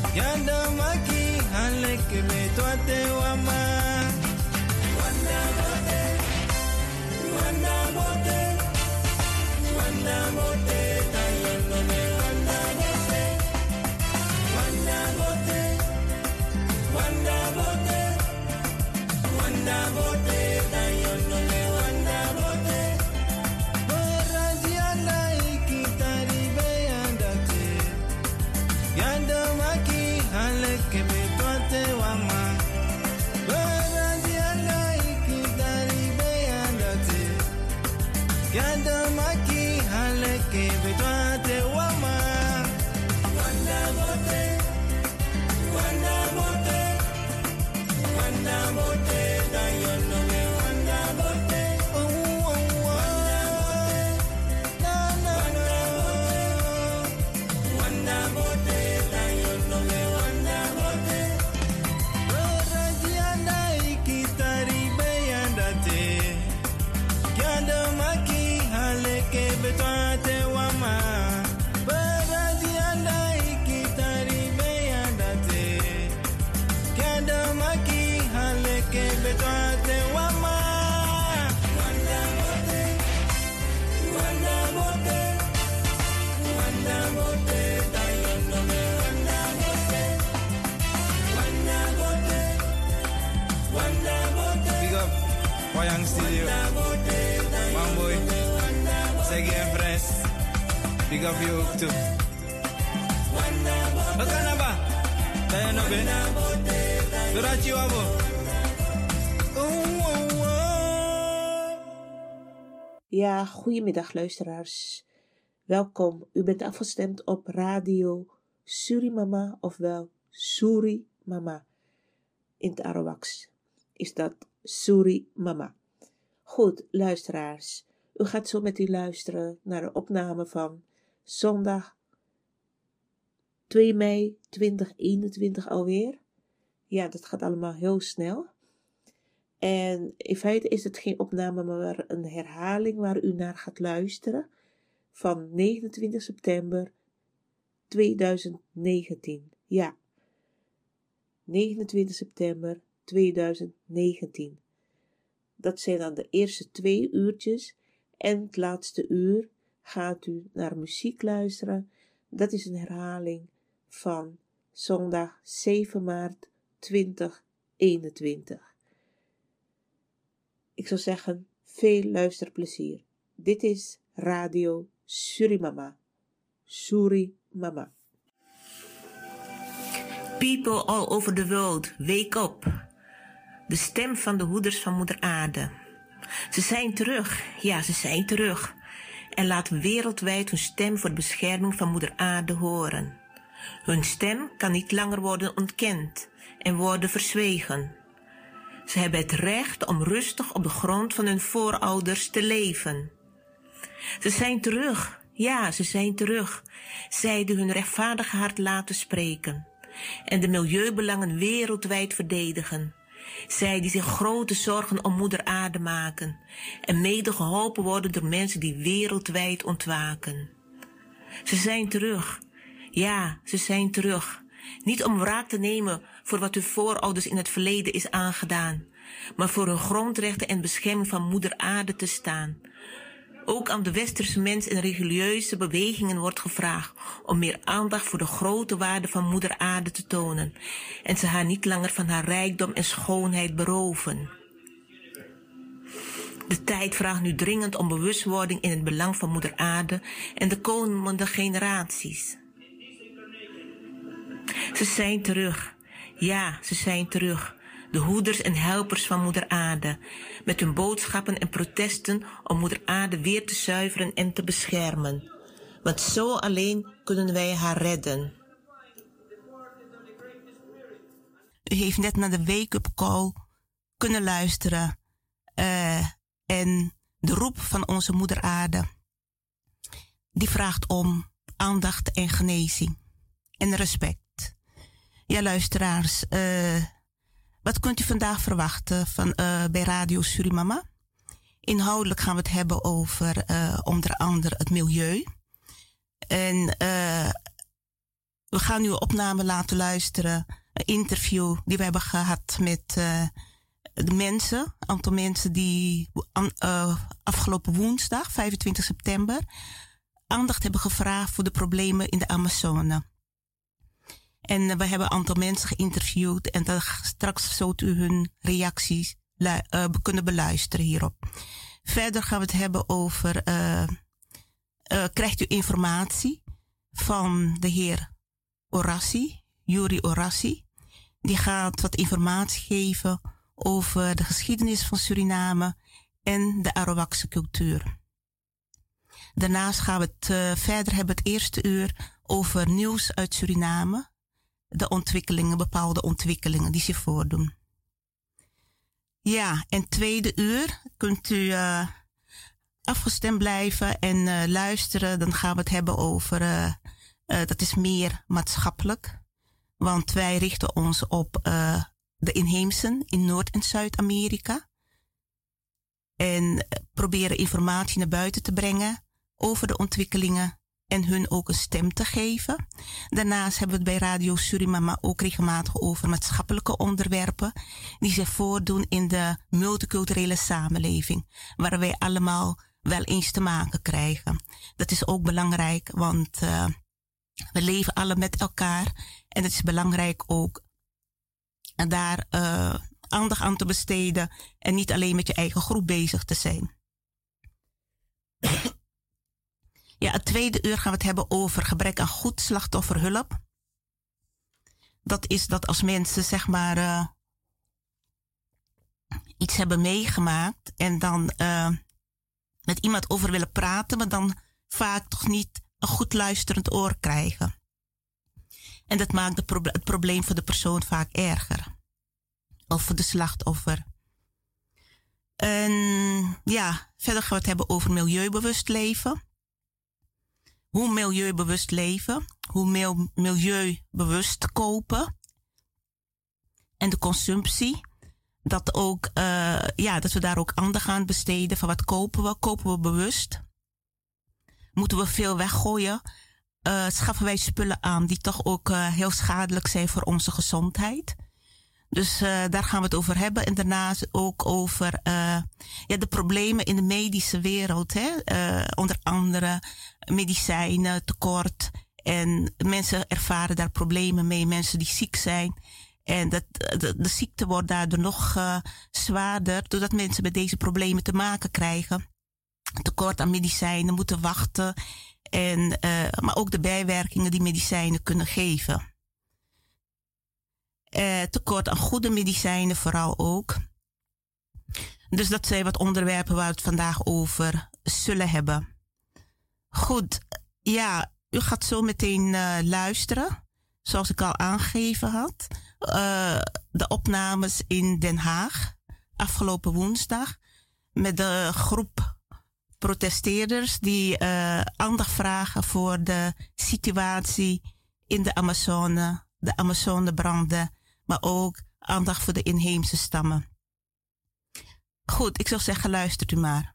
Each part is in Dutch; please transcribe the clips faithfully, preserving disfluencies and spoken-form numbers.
Yanda maki haleke betwate wama. Wanda bote, wanda bote, wanda bote, tayono me wanda bote, wanda bote, wanda bote, wanda bote, tayono me wanda bote. Beraziana ikitari beyanda te, yanda maki haleke betwate wama. Beraziana ikitari beyanda te, yanda maki haleke betwate wama. Wanda bote, wanda bote, wanda bote, dayono me wanda bote. Oh oh oh, na na na. Wanda bote, dayono me wanda bote. Beraziana ikitari beyanda te, yanda maki haleke betwate wama. Beraziana ikitari beyanda te, yanda maki haleke betwate wama. Wanda bote, wanda bote, wanda bote, dayono me wanda bote. Wanda bote, wanda bote. Big up, Wayang Studio. Mamboy, Segi en Fres. Big up you ook toe. Wat kan er ba? Dayono be. Durachi wabo. Oh oh oh. Ja, goedemiddag luisteraars. Welkom. U bent afgestemd op radio Surimama, ofwel Surimama. In het Arawaks is dat Surimama. Goed, luisteraars. U gaat zo met u luisteren naar de opname van zondag twee mei tweeduizend eenentwintig alweer. Ja, dat gaat allemaal heel snel. En in feite is het geen opname, maar een herhaling waar u naar gaat luisteren van negenentwintig september tweeduizend negentien. Ja, negenentwintig september tweeduizend negentien. Dat zijn dan de eerste twee uurtjes en het laatste uur gaat u naar muziek luisteren. Dat is een herhaling van zondag zeven maart tweeduizend eenentwintig. Ik zou zeggen, veel luisterplezier. Dit is Radio Surimama. Surimama. People all over the world, wake up. De stem van de hoeders van Moeder Aarde. Ze zijn terug, ja, ze zijn terug. En laten wereldwijd hun stem voor de bescherming van Moeder Aarde horen. Hun stem kan niet langer worden ontkend en worden verzwegen. Ze hebben het recht om rustig op de grond van hun voorouders te leven. Ze zijn terug, ja, ze zijn terug. Zij die hun rechtvaardige hart laten spreken en de milieubelangen wereldwijd verdedigen. Zij die zich grote zorgen om Moeder Aarde maken en mede geholpen worden door mensen die wereldwijd ontwaken. Ze zijn terug, ja, ze zijn terug. Niet om wraak te nemen voor wat hun voorouders in het verleden is aangedaan, maar voor hun grondrechten en bescherming van Moeder Aarde te staan. Ook aan de westerse mens en religieuze bewegingen wordt gevraagd om meer aandacht voor de grote waarde van Moeder Aarde te tonen en ze haar niet langer van haar rijkdom en schoonheid beroven. De tijd vraagt nu dringend om bewustwording in het belang van Moeder Aarde en de komende generaties. Ze zijn terug. Ja, ze zijn terug. De hoeders en helpers van Moeder Aarde, met hun boodschappen en protesten om Moeder Aarde weer te zuiveren en te beschermen. Want zo alleen kunnen wij haar redden. U heeft net naar de wake-up call kunnen luisteren uh, en de roep van onze Moeder Aarde, die vraagt om aandacht en genezing en respect. Ja, luisteraars, uh, wat kunt u vandaag verwachten van, uh, bij Radio Surimama? Inhoudelijk gaan we het hebben over uh, onder andere het milieu. En uh, We gaan nu een opname laten luisteren. Een interview die we hebben gehad met uh, de mensen. Een aantal mensen die uh, afgelopen woensdag, vijfentwintig september... aandacht hebben gevraagd voor de problemen in de Amazone. En uh, we hebben een aantal mensen geïnterviewd. En dan straks zult u hun reacties uh, kunnen beluisteren hierop. Verder gaan we het hebben over... Uh, uh, krijgt u informatie van de heer Orassi, Yuri Orassi. Die gaat wat informatie geven over de geschiedenis van Suriname en de Arawakse cultuur. Daarnaast gaan we het uh, verder hebben het eerste uur over nieuws uit Suriname. De ontwikkelingen, bepaalde ontwikkelingen die zich voordoen. Ja, en tweede uur kunt u uh, afgestemd blijven en uh, luisteren. Dan gaan we het hebben over, uh, uh, dat is meer maatschappelijk. Want wij richten ons op uh, de inheemsen in Noord- en Zuid-Amerika. En uh, proberen informatie naar buiten te brengen over de ontwikkelingen. En hun ook een stem te geven. Daarnaast hebben we het bij Radio Surimama ook regelmatig over maatschappelijke onderwerpen. Die zich voordoen in de multiculturele samenleving. Waar wij allemaal wel eens te maken krijgen. Dat is ook belangrijk, want uh, we leven alle met elkaar. En het is belangrijk ook daar uh, aandacht aan te besteden. En niet alleen met je eigen groep bezig te zijn. Ja, het tweede uur gaan we het hebben over gebrek aan goed slachtofferhulp. Dat is dat als mensen zeg maar uh, iets hebben meegemaakt en dan uh, met iemand over willen praten, maar dan vaak toch niet een goed luisterend oor krijgen. En dat maakt de proble- het probleem voor de persoon vaak erger. Of voor de slachtoffer. En ja, verder gaan we het hebben over milieubewust leven. Hoe milieubewust leven, hoe mil- milieubewust kopen en de consumptie. Dat, ook, uh, ja, dat we daar ook aandacht aan besteden van wat kopen we, kopen we bewust. Moeten we veel weggooien, uh, schaffen wij spullen aan die toch ook uh, heel schadelijk zijn voor onze gezondheid. Dus uh, daar gaan we het over hebben. En daarnaast ook over uh, ja, de problemen in de medische wereld. Hè? Uh, onder andere medicijnen, tekort. En mensen ervaren daar problemen mee. Mensen die ziek zijn. En dat, de, de ziekte wordt daardoor nog uh, zwaarder. Doordat mensen met deze problemen te maken krijgen. Tekort aan medicijnen, moeten wachten. En, uh, maar ook de bijwerkingen die medicijnen kunnen geven. Uh, tekort aan goede medicijnen vooral ook. Dus dat zijn wat onderwerpen waar we het vandaag over zullen hebben. Goed, ja, u gaat zo meteen uh, luisteren. Zoals ik al aangegeven had. Uh, de opnames in Den Haag. Afgelopen woensdag. Met de groep protesteerders die uh, aandacht vragen voor de situatie in de Amazone. De Amazonebranden. Maar ook aandacht voor de inheemse stammen. Goed, ik zou zeggen, luistert u maar.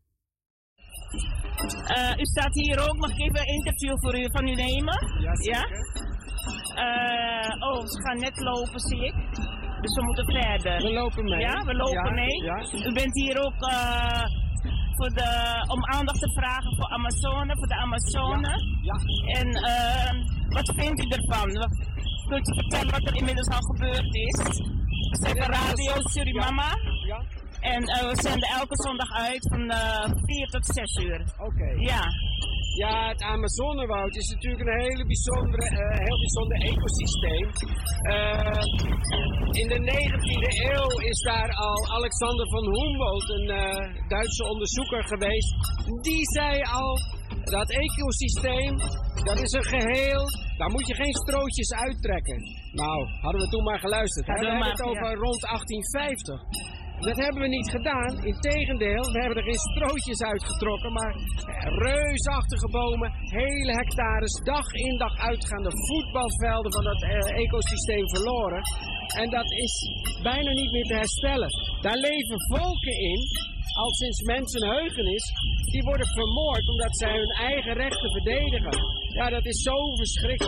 Uh, u staat hier ook. Mag ik even een interview voor u, van u nemen? Ja, zeker. Ja? Uh, oh, ze gaan net lopen, zie ik. Dus we moeten verder. We lopen mee. Ja, we lopen ja, mee. Ja. U bent hier ook uh, voor de, om aandacht te vragen voor Amazone, voor de Amazone. Ja. Ja. En uh, wat vindt u ervan? Kunt u vertellen wat er inmiddels al gebeurd is? We zijn van Radio Surimama. Ja. Ja. En uh, we zenden elke zondag uit van uh, vier tot zes uur. Oké. Okay. Ja. Ja, het Amazonewoud is natuurlijk een hele bijzondere, uh, heel bijzonder ecosysteem. Uh, in de negentiende eeuw is daar al Alexander von Humboldt, een uh, Duitse onderzoeker geweest. Die zei al, dat ecosysteem, dat is een geheel, daar moet je geen strootjes uittrekken. Nou, hadden we toen maar geluisterd. We hebben het over ja. rond achttien vijftig. Dat hebben we niet gedaan. Integendeel, we hebben er geen strootjes uitgetrokken, maar reusachtige bomen, hele hectares, dag in dag uitgaande voetbalvelden van dat uh, ecosysteem verloren. En dat is bijna niet meer te herstellen. Daar leven volken in, al sinds mensenheugenis, die worden vermoord omdat zij hun eigen rechten verdedigen. Ja, dat is zo verschrikkelijk.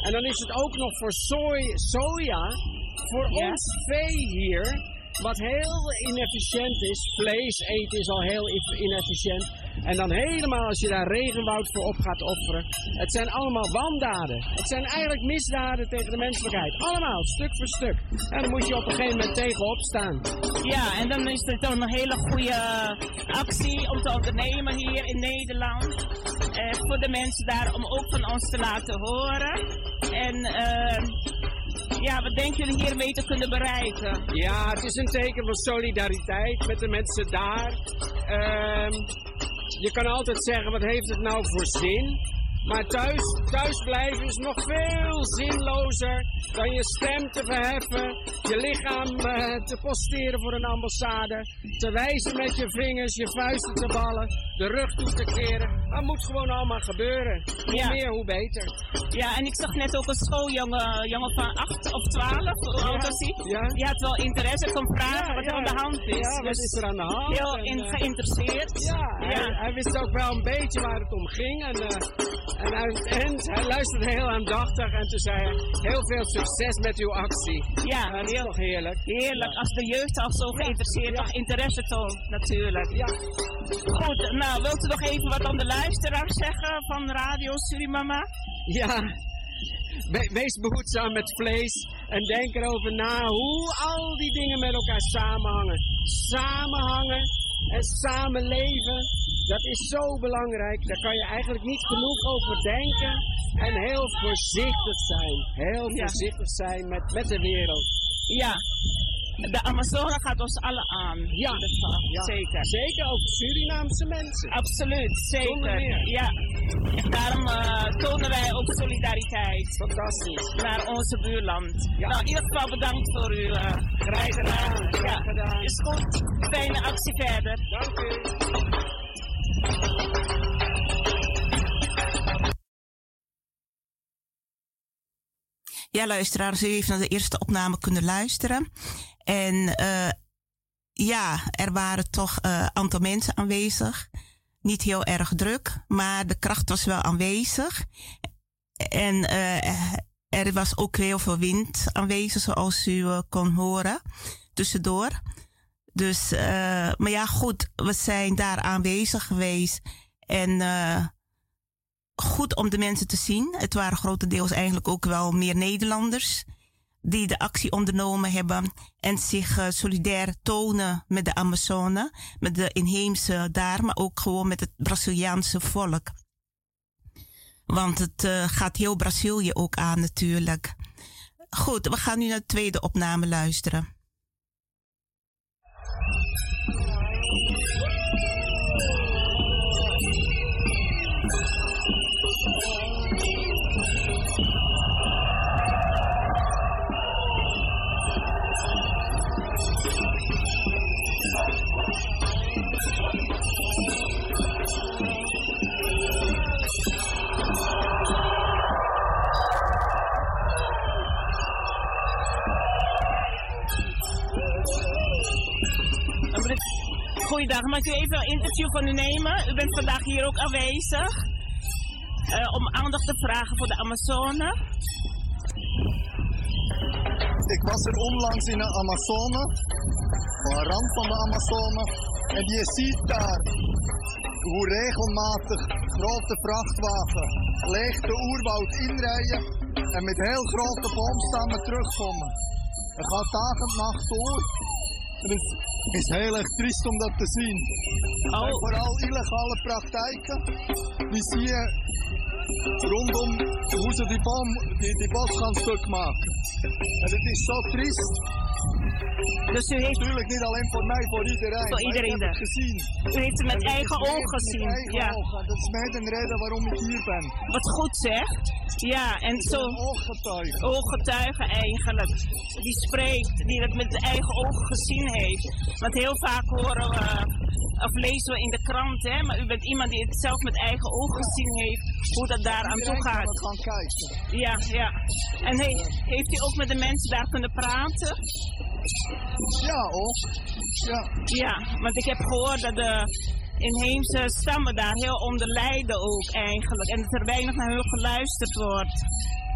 En dan is het ook nog voor soy, soja, voor Ja. ons vee hier, wat heel inefficiënt is. Vlees eten is al heel i- inefficiënt. En dan helemaal als je daar regenwoud voor op gaat offeren. Het zijn allemaal wandaden. Het zijn eigenlijk misdaden tegen de menselijkheid. Allemaal, stuk voor stuk. En daar moet je op een gegeven moment tegen opstaan. Ja, en dan is het dan een hele goede actie om te ondernemen hier in Nederland. Eh, voor de mensen daar om ook van ons te laten horen. En eh, ja, wat denken jullie hiermee te kunnen bereiken? Ja, het is een teken van solidariteit met de mensen daar. Ehm, je kan altijd zeggen, wat heeft het nou voor zin? Maar thuis, thuis blijven is nog veel zinlozer dan je stem te verheffen, je lichaam eh, te posteren voor een ambassade, te wijzen met je vingers, je vuisten te ballen, de rug toe te keren. Dat moet gewoon allemaal gebeuren. Hoe Ja. meer, hoe beter. Ja, en ik zag net ook een schooljongen jongen van acht of twaalf, hoe oud was hij? Ja. Die had wel interesse, kon vragen Ja, wat er ja. aan de hand is. Ja, wat Dus is er aan de hand? heel En, in, eh, geïnteresseerd. Ja, hij, Ja. hij wist ook wel een beetje waar het om ging. En, eh, en aan het eind, hij luisterde heel aandachtig en toen zei hij, heel veel succes met uw actie. Ja, En dat is heel toch heerlijk. heerlijk. Als de jeugd al zo geïnteresseerd, Ja. toch interesse toont natuurlijk. Ja, Goed, nou wilt u nog even wat aan de luisteraar zeggen van Radio Surimama? ja. We- wees behoedzaam met vlees en denk erover na hoe al die dingen met elkaar samenhangen. Samenhangen en samenleven, dat is zo belangrijk. Daar kan je eigenlijk niet genoeg over denken. En heel voorzichtig zijn. Heel Ja. voorzichtig zijn met, met de wereld. Ja, de Amazone gaat ons allen aan. Ja. In ieder geval. Ja. Zeker. Zeker ook Surinaamse mensen. Absoluut, Zonder zeker. meer. Ja. En daarom eh, tonen wij ook solidariteit Fantastisch. naar onze buurland. Ja. Nou, in ieder geval bedankt voor uw uh, Graag gedaan. Graag gedaan. Is goed. Fijne actie verder. Dank u. Ja, luisteraars, u heeft naar de eerste opname kunnen luisteren. En uh, ja, er waren toch een uh, aantal mensen aanwezig. Niet heel erg druk, maar de kracht was wel aanwezig. En uh, er was ook heel veel wind aanwezig, zoals u uh, kon horen, tussendoor. Dus, uh, maar ja, goed, we zijn daar aanwezig geweest. En uh, goed om de mensen te zien. Het waren grotendeels eigenlijk ook wel meer Nederlanders die de actie ondernomen hebben en zich uh, solidair tonen met de Amazone, met de inheemse daar, maar ook gewoon met het Braziliaanse volk. Want het uh, gaat heel Brazilië ook aan natuurlijk. Goed, we gaan nu naar de tweede opname luisteren. Goeiedag, mag ik u even een interview van u nemen? U bent vandaag hier ook aanwezig uh, om aandacht te vragen voor de Amazone. Ik was er onlangs in de Amazone, aan de rand van de Amazone, en je ziet daar hoe regelmatig grote vrachtwagens leeg de oerwoud inrijden en met heel grote boomstammen terugkomen. Het gaat dag en nacht door. Het is, is heel erg triest om dat te zien. Oh. En vooral illegale praktijken, die zie je rondom hoe ze die boom, die, die bos gaan stuk maken. En het is zo triest. Dus u heeft... Natuurlijk niet alleen voor mij, voor iedereen. Voor iedereen ik heb het gezien. U heeft het met En eigen het is ogen met gezien. eigen Ja. ogen. Dat is mij de reden waarom ik hier ben. Wat goed zeg. Ja, en zo... Ooggetuige. Ooggetuige eigenlijk. Die spreekt, die het met eigen ogen gezien heeft. Want heel vaak horen we, of lezen we in de krant, hè, maar u bent iemand die het zelf met eigen ogen gezien heeft, hoe dat daar aan toe gaat. We gaan kijken. Ja, ja. En he, heeft u ook met de mensen daar kunnen praten? Ja, ook. Ja. Ja, want ik heb gehoord dat de inheemse stammen daar heel onder lijden ook eigenlijk. En dat er weinig naar hun geluisterd wordt.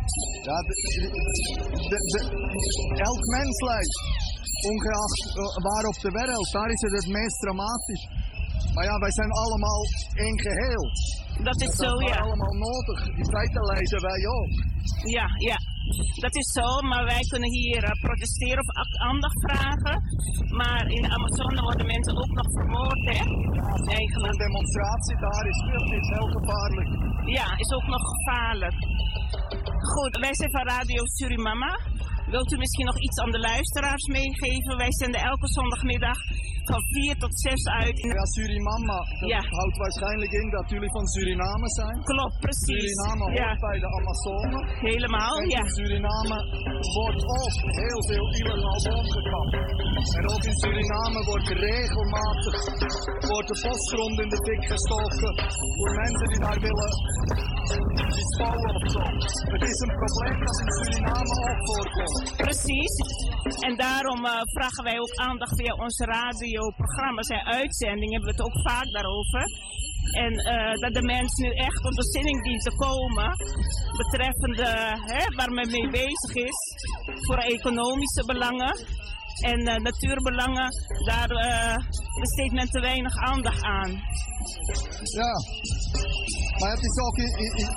Ja, de, de, de, elk mens lijdt, ongeacht uh, waar op de wereld. Daar is het het meest dramatisch. Maar ja, wij zijn allemaal één geheel. Dat is dat zo, is ja. allemaal nodig. In feite lijden wij ook. Ja, ja. Dat is zo, maar wij kunnen hier uh, protesteren of aandacht vragen. Maar in de Amazone worden mensen ook nog vermoord, hè? Eigenlijk. Een demonstratie daar is, is heel gevaarlijk. Ja, is ook nog gevaarlijk. Goed, wij zijn van Radio Surimama. Wilt u misschien nog iets aan de luisteraars meegeven? Wij zenden elke zondagmiddag van vier tot zes uit. Ja, Surimama, dat ja. houdt waarschijnlijk in dat jullie van Suriname zijn. Klopt, precies. Suriname hoort ja. bij de Amazone. Helemaal, en ja. in Suriname wordt ook heel veel illegaal boom gekapt. En ook in Suriname wordt regelmatig wordt de bosgrond in de fik gestoken door mensen die daar willen iets bouwen of zo. Het is een probleem dat in Suriname ook voorkomt. Precies. En daarom uh, vragen wij ook aandacht via onze radioprogramma's en uitzendingen. Hebben we het ook vaak daarover. En uh, dat de mensen nu echt tot bezinning dienen te komen. Betreffende hè, waar men mee bezig is. Voor economische belangen. En uh, natuurbelangen. Daar uh, besteedt men te weinig aandacht aan. Ja. Maar het is ook... In, in, in,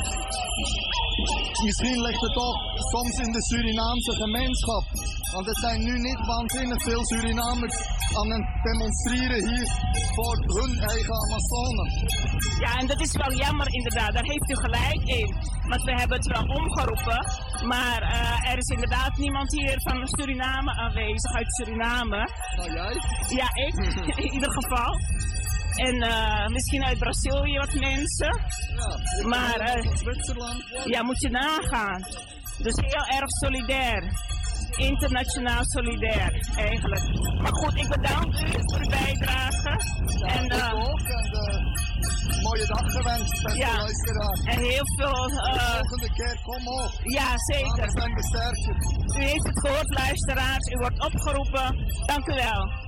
misschien ligt het ook soms in de Surinaamse gemeenschap. Want er zijn nu niet waanzinnig veel Surinamers aan het demonstreren hier voor hun eigen Amazone. Ja, en dat is wel jammer inderdaad. Daar heeft u gelijk in. Want we hebben het wel omgeroepen. Maar uh, er is inderdaad niemand hier van Suriname aanwezig, uit Suriname. Nou jij? Ja, ik. In ieder geval. En uh, misschien uit Brazilië wat mensen. Ja, maar uh, Zwitserland. Ja, moet je nagaan. Dus heel erg solidair. Internationaal solidair, eigenlijk. Maar goed, ik bedank u voor uw bijdrage. Ja, en, uh, ik ook. En uh, mooie dag gewenst, beste ja, luisteraar. En heel veel... Uh, de volgende keer, kom op. Ja, zeker. We zijn besterkt. U heeft het gehoord, luisteraars. U wordt opgeroepen. Dank u wel.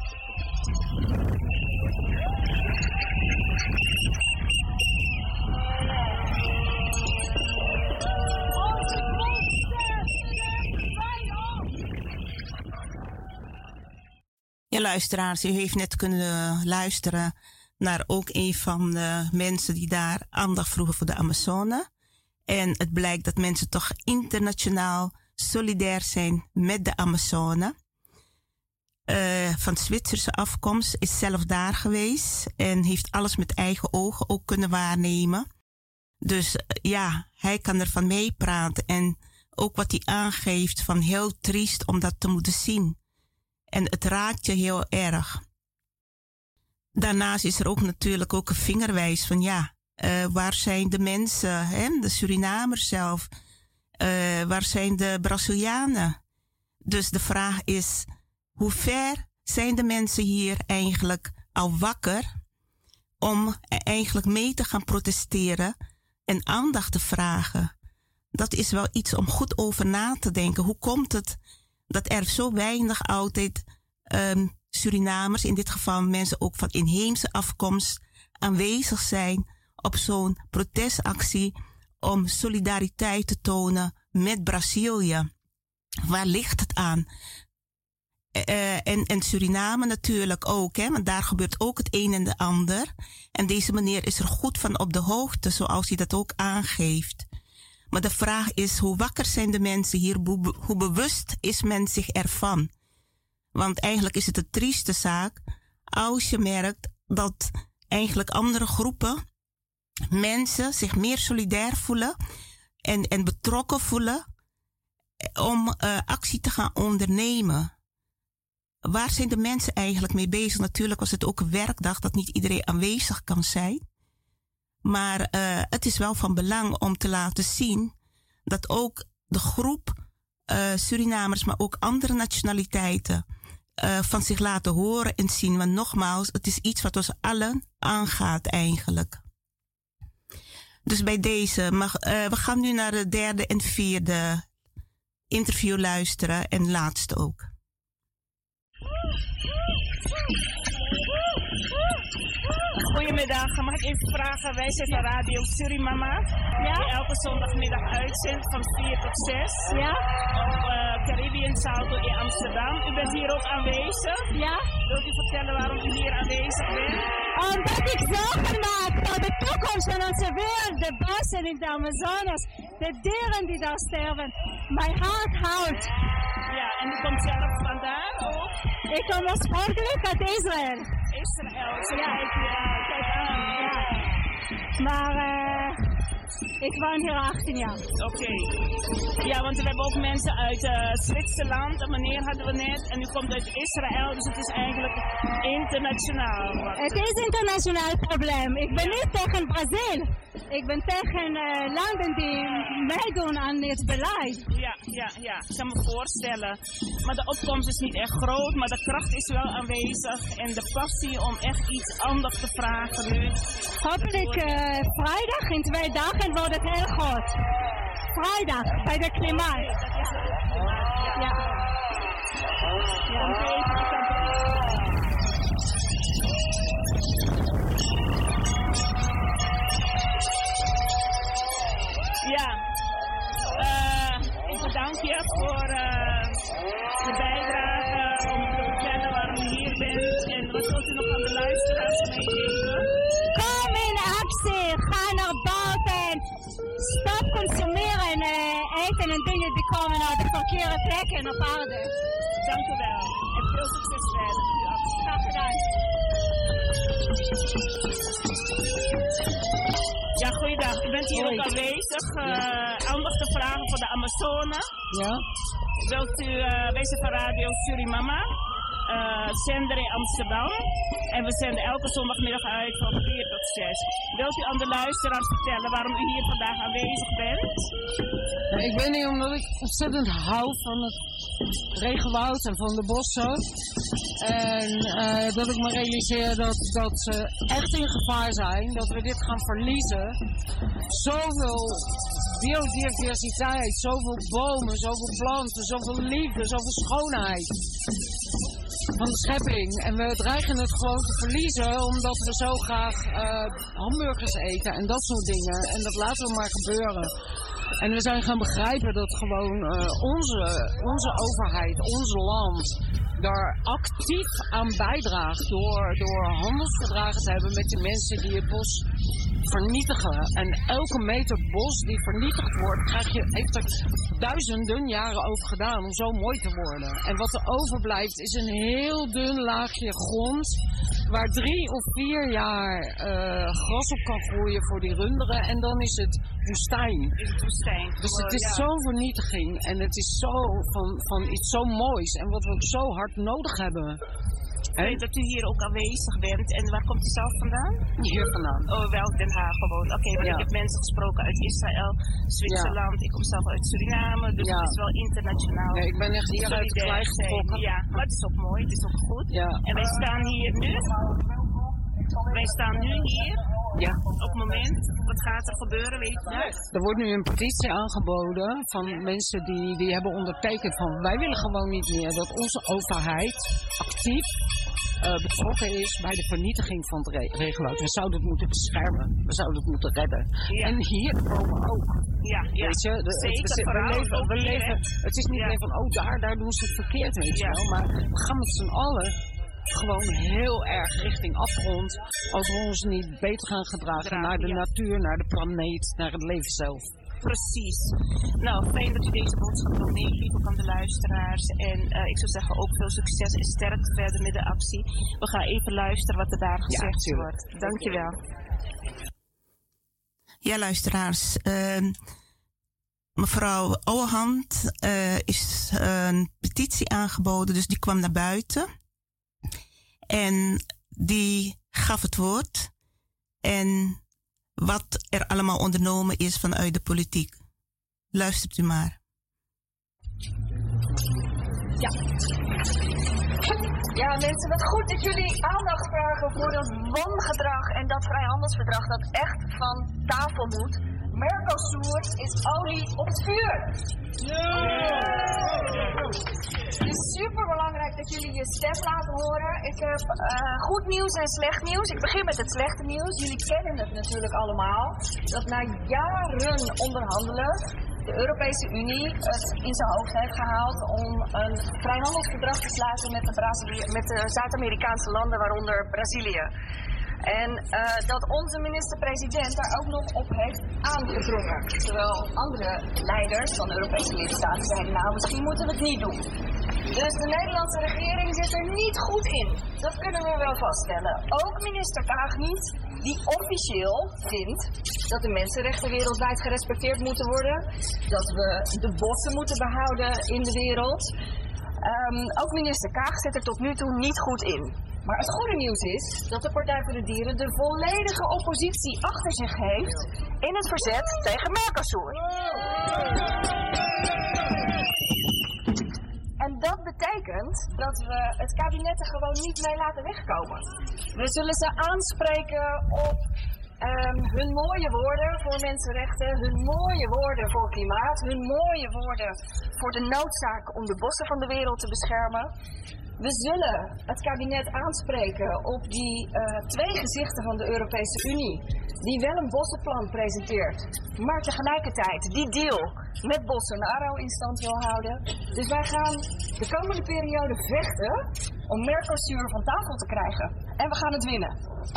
Ja, luisteraars, u heeft net kunnen luisteren naar ook een van de mensen die daar aandacht vroegen voor de Amazone. En het blijkt dat mensen toch internationaal solidair zijn met de Amazone. Uh, van Zwitserse afkomst, is zelf daar geweest en heeft alles met eigen ogen ook kunnen waarnemen. Dus uh, ja, hij kan ervan meepraten en ook wat hij aangeeft van heel triest om dat te moeten zien. En het raakt je heel erg. Daarnaast is er ook natuurlijk ook een vingerwijs van ja, uh, waar zijn de mensen, hè, de Surinamers zelf? Uh, waar zijn de Brazilianen? Dus de vraag is, hoe ver zijn de mensen hier eigenlijk al wakker om eigenlijk mee te gaan protesteren en aandacht te vragen? Dat is wel iets om goed over na te denken. Hoe komt het dat er zo weinig altijd um, Surinamers, in dit geval mensen ook van inheemse afkomst, aanwezig zijn op zo'n protestactie om solidariteit te tonen met Brazilië? Waar ligt het aan? Uh, en, en Suriname natuurlijk ook, hè, want daar gebeurt ook het een en de ander. En deze meneer is er goed van op de hoogte, zoals hij dat ook aangeeft. Maar de vraag is, hoe wakker zijn de mensen hier? Hoe, hoe bewust is men zich ervan? Want eigenlijk is het een trieste zaak als je merkt dat eigenlijk andere groepen mensen zich meer solidair voelen en, en betrokken voelen om uh, actie te gaan ondernemen. Waar zijn de mensen eigenlijk mee bezig? Natuurlijk was het ook een werkdag dat niet iedereen aanwezig kan zijn. Maar uh, het is wel van belang om te laten zien dat ook de groep uh, Surinamers, maar ook andere nationaliteiten uh, van zich laten horen en zien. Want nogmaals, het is iets wat ons allen aangaat eigenlijk. Dus bij deze, mag, uh, we gaan nu naar de derde en vierde interview luisteren en laatste ook. Goedemiddag, mag ik even vragen? Wij zijn van Radio Surimama, ja? Die elke zondagmiddag uitzendt van vier tot zes. Ja? Op uh, Caribbean Salto in Amsterdam. U bent hier ook aanwezig. Ja? Wilt u vertellen waarom u hier aanwezig bent? Omdat ik zorgen maak voor de toekomst van onze wereld, de bossen in de Amazonas, de dieren die daar sterven. Mijn hart houdt. Ja, en u komt zelf vandaan ook? Ik kom oorspronkelijk uit Israël. Israël, zo ja. Kijk, ja, kijk aan. Ja. Maar uh, ik woon hier achttien jaar. Oké. Okay. Ja, want we hebben ook mensen uit uh, Zwitserland, een meneer hadden we net, en u komt uit Israël, dus het is eigenlijk internationaal. Het is een internationaal probleem. Ik ben niet tegen Brazil. Ik ben tegen uh, landen die meedoen aan dit beleid. Ja, ja, ja, ik kan me voorstellen. Maar de opkomst is niet echt groot, maar de kracht is wel aanwezig. En de passie om echt iets anders te vragen nu. Hopelijk uh, vrijdag, in twee dagen wordt het heel groot. Vrijdag, bij de klimaat. Ja. Ja. Ja, uh, ik bedank je voor uh, de bijdrage om te vertellen waarom u hier bent. En wat wilt u nog aan de luisteraars meegeven? Kom in actie, ga naar buiten. Stop consumeren, uh, eten en dingen die komen uit de verkeerde plekken op aarde. Dank u wel en veel succes verder. Graag gedaan. Ja, goeiedag. U bent hier Hoi. ook aanwezig. Uh, ja. Aandacht te vragen voor de Amazone. Ja. Wilt u, uh, wij zijn van Radio Surimama, uh, zender in Amsterdam. En we zenden elke zondagmiddag uit van vier tot zes. Wilt u aan de luisteraars vertellen waarom u hier vandaag aanwezig bent? Ik ben hier omdat ik ontzettend hou van het regenwoud en van de bossen. En uh, dat ik me realiseer dat, dat ze echt in gevaar zijn, dat we dit gaan verliezen. Zoveel biodiversiteit, zoveel bomen, zoveel planten, zoveel liefde, zoveel schoonheid van de schepping. En we dreigen het gewoon te verliezen omdat we zo graag uh, hamburgers eten en dat soort dingen. En dat laten we maar gebeuren. En we zijn gaan begrijpen dat gewoon uh, onze, onze overheid, ons land, daar actief aan bijdraagt door, door handelsverdragen te hebben met de mensen die het bos vernietigen. En elke meter bos die vernietigd wordt, krijg je, heeft er duizenden jaren over gedaan om zo mooi te worden. En wat er overblijft is een heel dun laagje grond waar drie of vier jaar uh, gras op kan groeien voor die runderen. En dan is het woestijn. Is het woestijn. Dus het is ja. zo'n vernietiging en het is zo van, van iets zo moois en wat we ook zo hard nodig hebben. Ik weet dat u hier ook aanwezig bent. En waar komt u zelf vandaan? Hier vandaan. Oh, wel Den Haag gewoon. Oké, okay, want ja. ik heb mensen gesproken uit Israël, Zwitserland. Ja. Ik kom zelf uit Suriname, dus ja. het is wel internationaal. Ja, ik ben echt hier uit het klei getrokken. Ja, maar het is ook mooi, het is ook goed. Ja. En wij staan hier nu. Wij staan nu hier. Ja. Op het moment, wat gaat er gebeuren, weet je? Ja. Er wordt nu een petitie aangeboden van mensen die, die hebben ondertekend van wij willen gewoon niet meer dat onze overheid actief uh, betrokken is bij de vernietiging van het re- regenwoud. We zouden het moeten beschermen, we zouden het moeten redden. Ja. En hier komen ook. Ja, ja. Weet je, de, Zeker, het, we, we leven, we leven, het is niet ja. meer van oh daar, daar doen ze het verkeerd, weet je ja. wel. Maar we gaan met z'n allen gewoon heel erg richting afgrond als we ons niet beter gaan gedragen Draag, naar de ja. natuur, naar de planeet, naar het leven zelf. Precies. Nou, fijn dat u deze boodschap nog meegeeft aan de luisteraars. En uh, ik zou zeggen ook veel succes en sterkte verder met de actie. We gaan even luisteren wat er daar gezegd ja, wordt. Dankjewel. Ja, luisteraars. Uh, mevrouw Ouwehand uh, is uh, een petitie aangeboden, dus die kwam naar buiten. En die gaf het woord. En wat er allemaal ondernomen is vanuit de politiek. Luistert u maar. Ja. Ja, mensen, wat goed dat jullie aandacht vragen voor dat wangedrag en dat vrijhandelsverdrag dat echt van tafel moet. Mercosur is olie op het vuur. Yeah. is super belangrijk dat jullie je stem laten horen. Ik heb uh, goed nieuws en slecht nieuws. Ik begin met het slechte nieuws. Jullie kennen het natuurlijk allemaal. Dat na jaren onderhandelen de Europese Unie het in zijn hoofd heeft gehaald om een vrijhandelsverdrag te sluiten met de, Brazili- met de Zuid-Amerikaanse landen, waaronder Brazilië. En uh, dat onze minister-president daar ook nog op heeft aangedrongen. Terwijl andere leiders van de Europese lidstaten zeiden, nou misschien moeten we het niet doen. Dus de Nederlandse regering zit er niet goed in. Dat kunnen we wel vaststellen. Ook minister Kaag niet, die officieel vindt dat de mensenrechten wereldwijd gerespecteerd moeten worden. Dat we de bossen moeten behouden in de wereld. Um, ook minister Kaag zit er tot nu toe niet goed in. Maar het goede nieuws is dat de Partij voor de Dieren de volledige oppositie achter zich heeft in het verzet tegen Mercosur. En dat betekent dat we het kabinet er gewoon niet mee laten wegkomen. We zullen ze aanspreken op um, hun mooie woorden voor mensenrechten, hun mooie woorden voor klimaat, hun mooie woorden voor de noodzaak om de bossen van de wereld te beschermen. We zullen het kabinet aanspreken op die uh, twee gezichten van de Europese Unie, die wel een bossenplan presenteert, maar tegelijkertijd die deal met Bolsonaro in stand wil houden. Dus wij gaan de komende periode vechten om Mercosur van tafel te krijgen. En we gaan het winnen.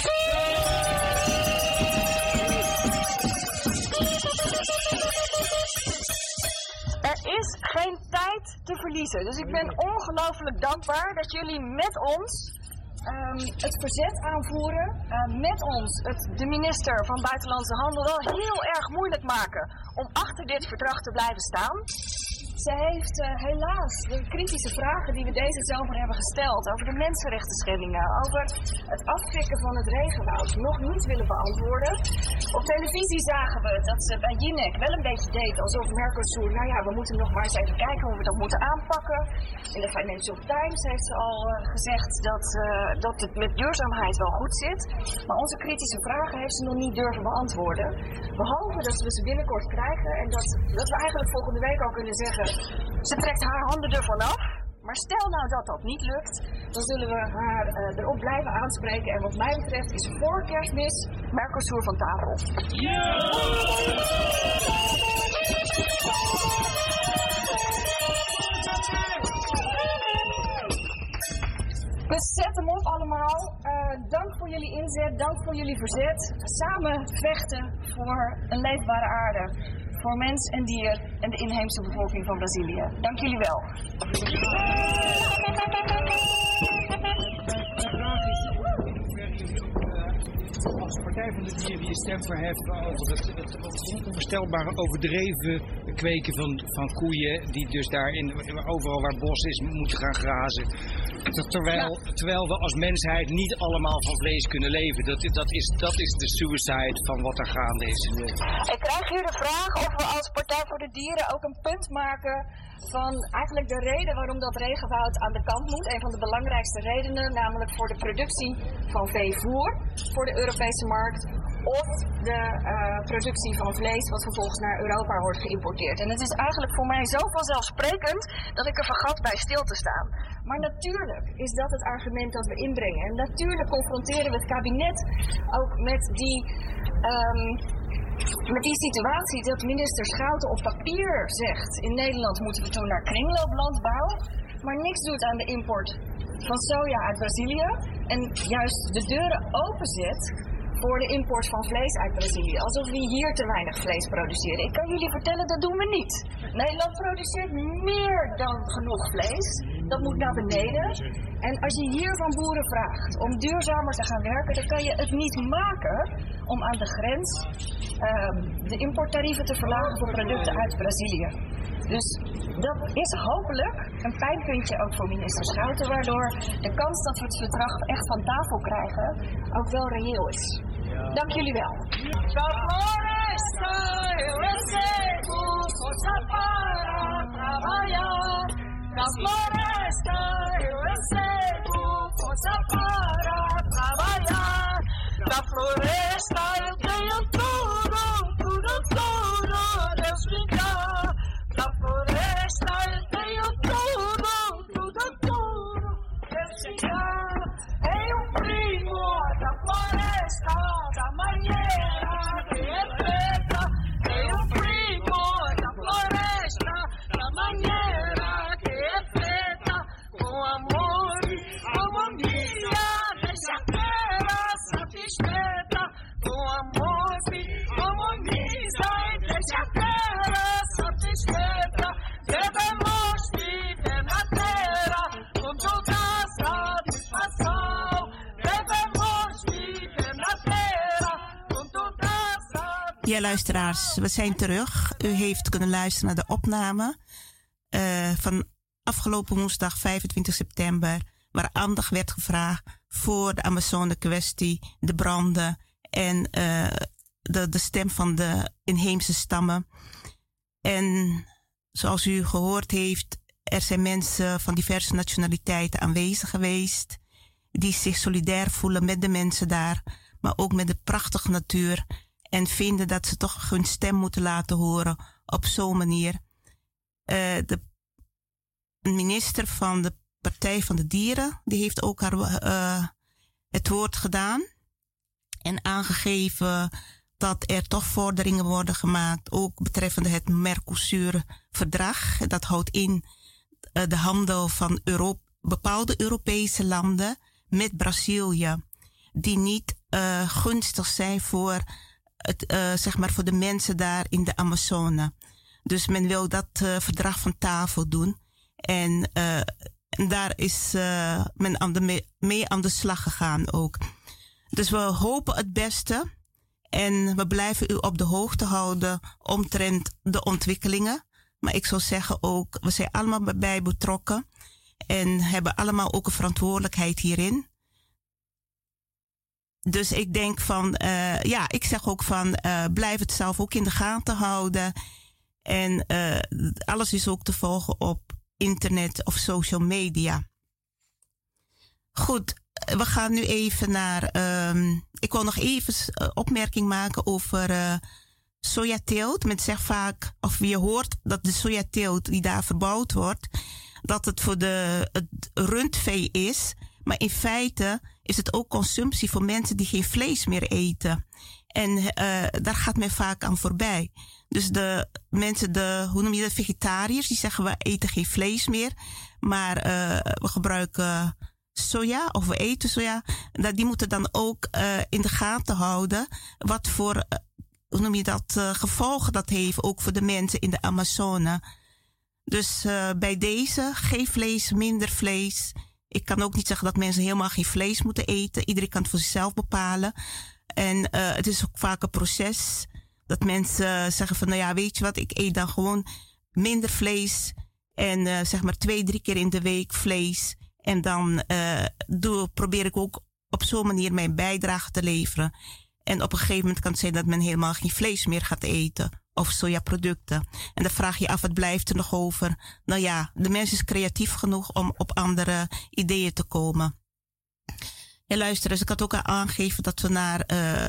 Er is geen tijd te verliezen. Dus ik ben ongelooflijk dankbaar dat jullie met ons um, het verzet aanvoeren. Uh, met ons het, de minister van Buitenlandse Handel wel heel erg moeilijk maken om achter dit verdrag te blijven staan. Ze heeft uh, helaas de kritische vragen die we deze zomer hebben gesteld over de mensenrechten schendingen, over het afkrikken van het regenwoud, nog niet willen beantwoorden. Op televisie zagen we dat ze bij Jinek wel een beetje deed alsof Mercosur, nou ja, we moeten nog maar eens even kijken hoe we dat moeten aanpakken. In de Financial Times heeft ze al uh, gezegd dat, uh, dat het met duurzaamheid wel goed zit. Maar onze kritische vragen heeft ze nog niet durven beantwoorden. We hopen dat we ze binnenkort krijgen en dat, dat we eigenlijk volgende week al kunnen zeggen, ze trekt haar handen ervan af. Maar stel nou dat dat niet lukt, dan zullen we haar uh, erop blijven aanspreken. En wat mij betreft is voor Kerstmis Mercosur van tafel. Dus zet hem op allemaal. Uh, dank voor jullie inzet, dank voor jullie verzet. Samen vechten voor een leefbare aarde. Voor mens en dier en de inheemse bevolking van Brazilië. Dank jullie wel. Als Partij van de Dieren je stem verheffen over het, het onvoorstelbare overdreven kweken van, van koeien die dus daar in, overal waar bos is moeten gaan grazen. Terwijl, terwijl we als mensheid niet allemaal van vlees kunnen leven. Dat, dat, is, dat is de suicide van wat er gaande is. Ik krijg hier de vraag of we als Partij voor de Dieren ook een punt maken van eigenlijk de reden waarom dat regenwoud aan de kant moet. Een van de belangrijkste redenen, namelijk voor de productie van veevoer voor de Europese markt. Of de uh, productie van vlees wat vervolgens naar Europa wordt geïmporteerd. En het is eigenlijk voor mij zo vanzelfsprekend dat ik er vergat bij stil te staan. Maar natuurlijk is dat het argument dat we inbrengen. En natuurlijk confronteren we het kabinet ook met die, um, met die situatie dat minister Schouten op papier zegt: in Nederland moeten we toe naar kringlooplandbouw, maar niks doet aan de import van soja uit Brazilië. En juist de deuren openzet voor de import van vlees uit Brazilië. Alsof we hier te weinig vlees produceren. Ik kan jullie vertellen, dat doen we niet. Nederland produceert meer dan genoeg vlees. Dat moet naar beneden. En als je hier van boeren vraagt om duurzamer te gaan werken, dan kan je het niet maken om aan de grens uh, de importtarieven te verlagen voor producten uit Brazilië. Dus dat is hopelijk een pijnpuntje ook voor minister Schouten, waardoor de kans dat we het verdrag echt van tafel krijgen ook wel reëel is. Dank jullie wel. La floresta eu tenho tudo, tudo, tudo, Deus me dá. La floresta eu tenho tudo, luisteraars, we zijn terug. U heeft kunnen luisteren naar de opname uh, van afgelopen woensdag vijfentwintig september, waar aandacht werd gevraagd voor de Amazone-kwestie, de branden en uh, de, de stem van de inheemse stammen. En zoals u gehoord heeft, er zijn mensen van diverse nationaliteiten aanwezig geweest, die zich solidair voelen met de mensen daar, maar ook met de prachtige natuur en vinden dat ze toch hun stem moeten laten horen op zo'n manier. Uh, de minister van de Partij van de Dieren, die heeft ook haar, uh, het woord gedaan en aangegeven dat er toch vorderingen worden gemaakt, ook betreffende het Mercosur-verdrag. Dat houdt in uh, de handel van Euro- bepaalde Europese landen met Brazilië, die niet uh, gunstig zijn voor, het, uh, zeg maar voor de mensen daar in de Amazone. Dus men wil dat uh, verdrag van tafel doen. En, uh, en daar is uh, men aan de mee, mee aan de slag gegaan ook. Dus we hopen het beste. En we blijven u op de hoogte houden omtrent de ontwikkelingen. Maar ik zou zeggen ook, we zijn allemaal bij betrokken. En hebben allemaal ook een verantwoordelijkheid hierin. Dus ik denk van, uh, ja, ik zeg ook van, uh, blijf het zelf ook in de gaten houden. En uh, alles is ook te volgen op internet of social media. Goed, we gaan nu even naar, um, ik wil nog even uh, opmerking maken over uh, sojateelt. Men zegt vaak, of je hoort dat de sojateelt die daar verbouwd wordt, dat het voor de, het rundvee is. Maar in feite is het ook consumptie voor mensen die geen vlees meer eten. En uh, daar gaat men vaak aan voorbij. Dus de mensen, de, hoe noem je dat, vegetariërs, die zeggen we eten geen vlees meer. Maar uh, we gebruiken soja of we eten soja. Die moeten dan ook uh, in de gaten houden wat voor, uh, hoe noem je dat, uh, gevolgen dat heeft. Ook voor de mensen in de Amazone. Dus uh, bij deze, geen vlees, minder vlees. Ik kan ook niet zeggen dat mensen helemaal geen vlees moeten eten. Iedereen kan het voor zichzelf bepalen. En uh, het is ook vaak een proces dat mensen zeggen van, nou ja, weet je wat, ik eet dan gewoon minder vlees. En uh, zeg maar twee, drie keer in de week vlees. En dan uh, doe, probeer ik ook op zo'n manier mijn bijdrage te leveren. En op een gegeven moment kan het zijn dat men helemaal geen vlees meer gaat eten. Of sojaproducten. En dan vraag je af, wat blijft er nog over? Nou ja, de mens is creatief genoeg om op andere ideeën te komen. Ja, luister eens, ik had ook al aangegeven dat we naar uh,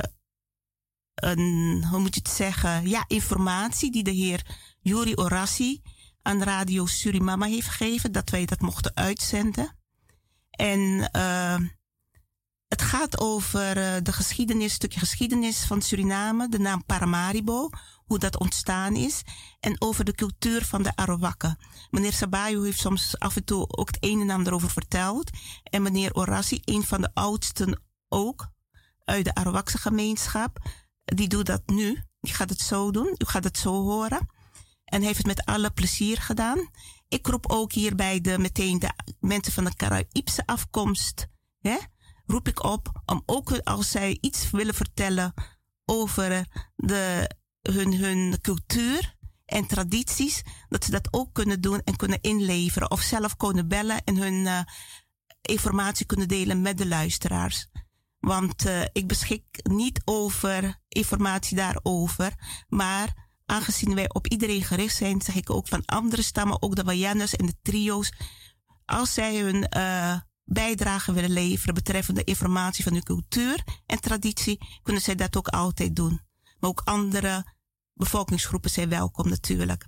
een, hoe moet je het zeggen? Ja, informatie die de heer Yuri Orassi aan Radio Surimama heeft gegeven, dat wij dat mochten uitzenden. En uh, het gaat over uh, de geschiedenis, stukje geschiedenis van Suriname, de naam Paramaribo, hoe dat ontstaan is, en over de cultuur van de Arawakken. Meneer Sabayo heeft soms af en toe ook het een en ander over verteld. En meneer Orassi, een van de oudsten ook, uit de Arawakse gemeenschap, die doet dat nu. Die gaat het zo doen, u gaat het zo horen. En heeft het met alle plezier gedaan. Ik roep ook hierbij de, meteen de mensen van de Caraïbse afkomst, hè, roep ik op om ook als zij iets willen vertellen over de, hun, hun cultuur en tradities, dat ze dat ook kunnen doen en kunnen inleveren. Of zelf kunnen bellen en hun uh, informatie kunnen delen met de luisteraars. Want uh, ik beschik niet over informatie daarover, maar aangezien wij op iedereen gericht zijn, zeg ik ook van andere stammen, ook de Wayanas en de trio's, als zij hun uh, bijdrage willen leveren betreffende informatie van hun cultuur en traditie, kunnen zij dat ook altijd doen. Maar ook andere bevolkingsgroepen zijn welkom natuurlijk.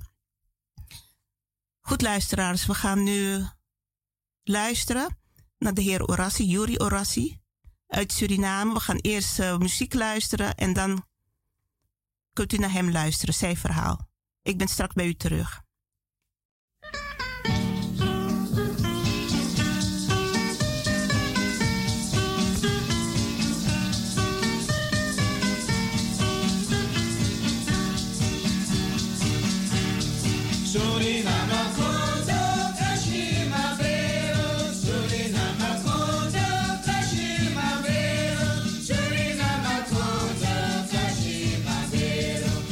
Goed luisteraars, we gaan nu luisteren naar de heer Orassi, Yuri Orassi uit Suriname. We gaan eerst uh, muziek luisteren en dan kunt u naar hem luisteren, zijn verhaal. Ik ben straks bij u terug. Suriname kodo kashima beo, Suriname kodo kashima beo, Suriname kodo kashima beo.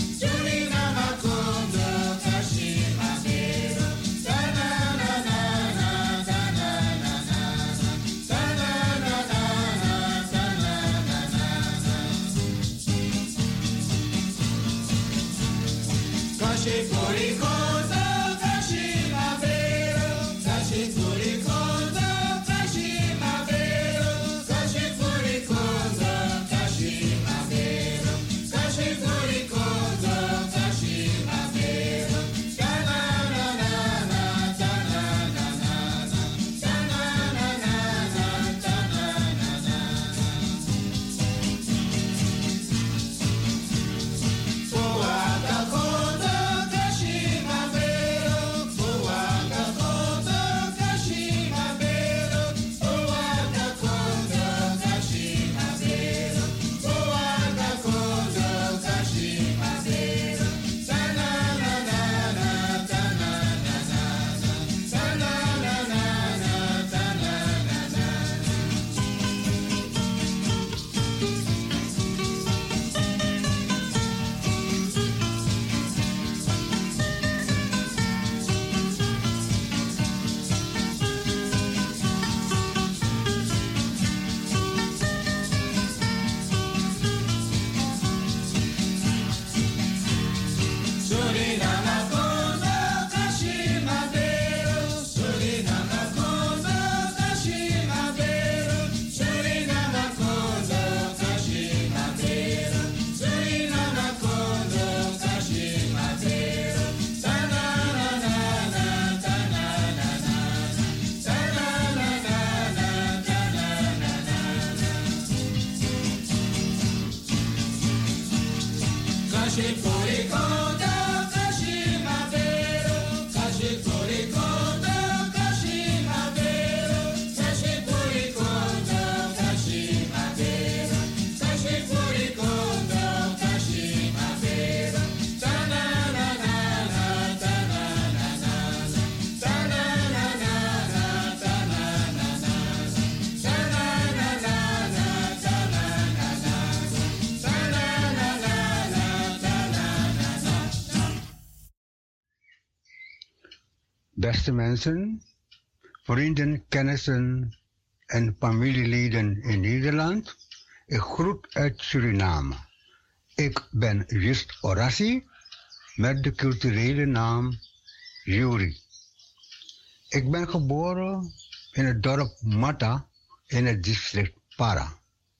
Beste mensen, vrienden, kennissen en familieleden in Nederland, ik groet uit Suriname. Ik ben Just Orassi met de culturele naam Yuri. Ik ben geboren in het dorp Mata in het district Para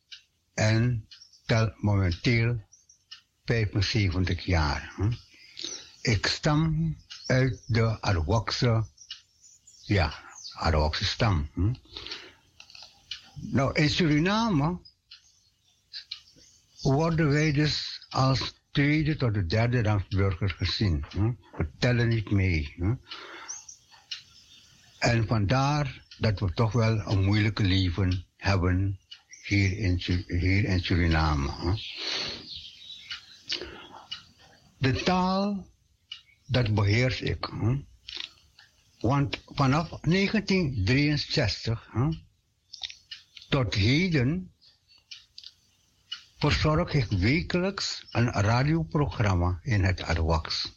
en tel momenteel vijfenzeventig jaar. Ik stam uit de Arawakse, ja, Arawakse stam. Hm? Nou, in Suriname worden wij dus als tweede tot de derde rangsburger gezien. Hm? We tellen niet mee. Hm? En vandaar dat we toch wel een moeilijke leven hebben hier in, hier in Suriname. Hm? De taal, dat beheers ik. Hm? Want vanaf negentien drieënzestig hm, tot heden verzorg ik wekelijks een radioprogramma in het Arawaks.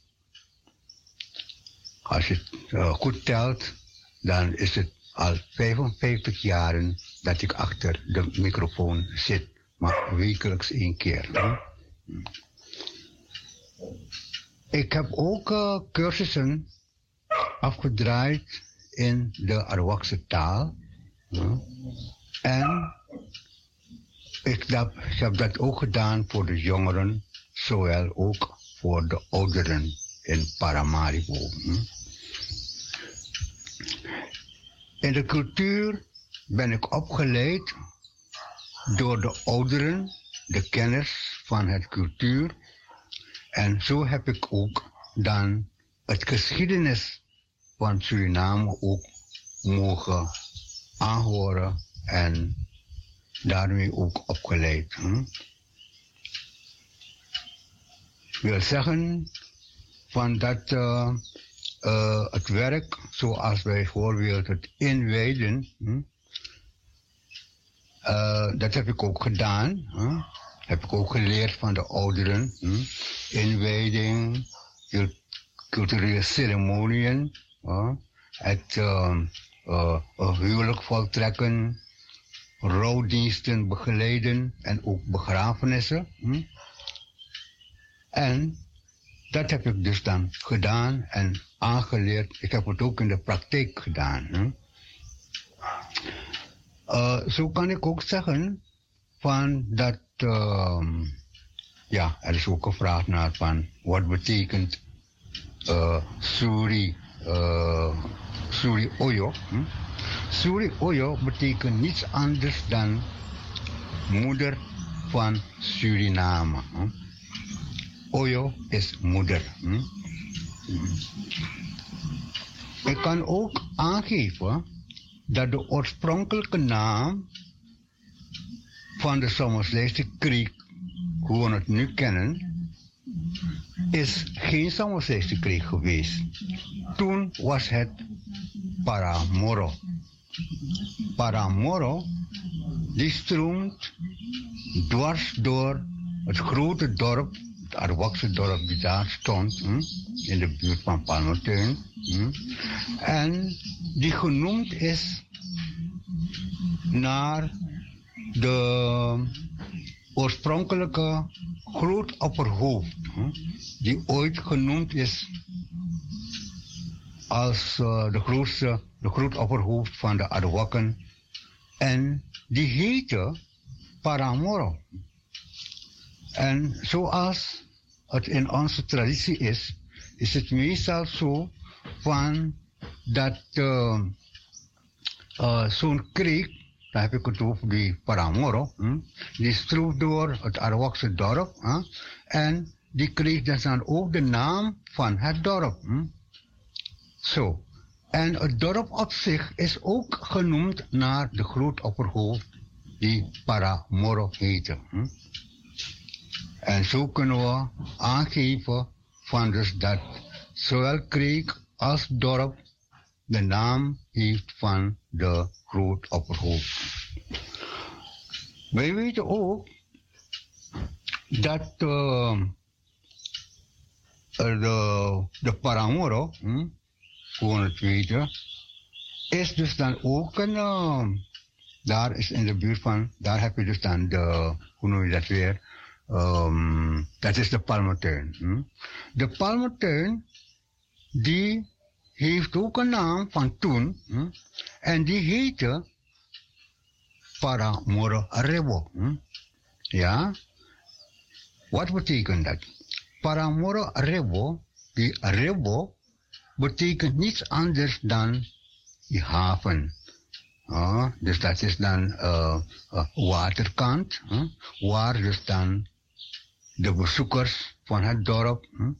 Als je het uh, goed telt, dan is het al vijfenvijftig jaren dat ik achter de microfoon zit, maar wekelijks één keer. Hm? Ik heb ook uh, cursussen afgedraaid in de Arawakse taal. Hm? En ik heb, ik heb dat ook gedaan voor de jongeren, zowel ook voor de ouderen in Paramaribo. Hm? In de cultuur ben ik opgeleid door de ouderen, de kenners van het cultuur. En zo heb ik ook dan het geschiedenis van Suriname ook mogen aanhoren en daarmee ook opgeleid. Hm? Ik wil zeggen van dat uh, uh, het werk, zoals bijvoorbeeld het inwijden, hm? uh, dat heb ik ook gedaan. Hm? Heb ik ook geleerd van de ouderen. Hm? Inwijding, culturele ceremoniën, uh, het uh, uh, huwelijk voltrekken, rouwdiensten begeleiden en ook begrafenissen. Hm? En dat heb ik dus dan gedaan en aangeleerd. Ik heb het ook in de praktijk gedaan. Hè. Uh, zo kan ik ook zeggen van dat, uh, ja, er is ook gevraagd naar van wat betekent uh, Suri, uh, Suri Oyo. Hm? Suri Oyo betekent niets anders dan moeder van Suriname. Hm? Oyo is moeder. Hm? Ik kan ook aangeven dat de oorspronkelijke naam van de Somerslijkse Creek, hoe we het nu kennen, is geen Somerslijkse Creek geweest. Toen was het Paramoro. Paramoro, die stroomt dwars door het grote dorp, het Arwakse dorp die daar stond, hm, in de buurt van Palmertuin. Hm, en die genoemd is naar de oorspronkelijke grootopperhoofd, hm, die ooit genoemd is als uh, de grootste, de grootopperhoofd van de Arawakken. En die heette Paramoro. En zoals het in onze traditie is, is het meestal zo van dat uh, uh, zo'n kreek, daar heb ik het over die Paramoro, hm, die stroomt door het Arawakse dorp, hm, en die kreeg dus dan ook de naam van het dorp. Hm. Zo. En het dorp op zich is ook genoemd naar de grootopperhoofd die Paramoro heette. Hm. En zo kunnen we aangeven van dus dat zowel kreek als dorp de naam heeft van de grootopperhoofd. Wij weten ook dat uh, de, de Paramoro, hm, gewoon het weten, is dus dan ook een, uh, daar is in de buurt van, daar heb je dus dan de, hoe noem je dat weer, um, dat is de Palmertuin. Hm. De Palmertuin, die heeft ook een naam van toen, hm, en die heette Paramoro Rebo. Hm. Ja, wat betekent dat? Paramoro Rebo, die Rebo, betekent niets anders dan die haven. Uh, dus dat is dan uh, uh, waterkant, uh, waar dus dan de bezoekers van het dorp uh,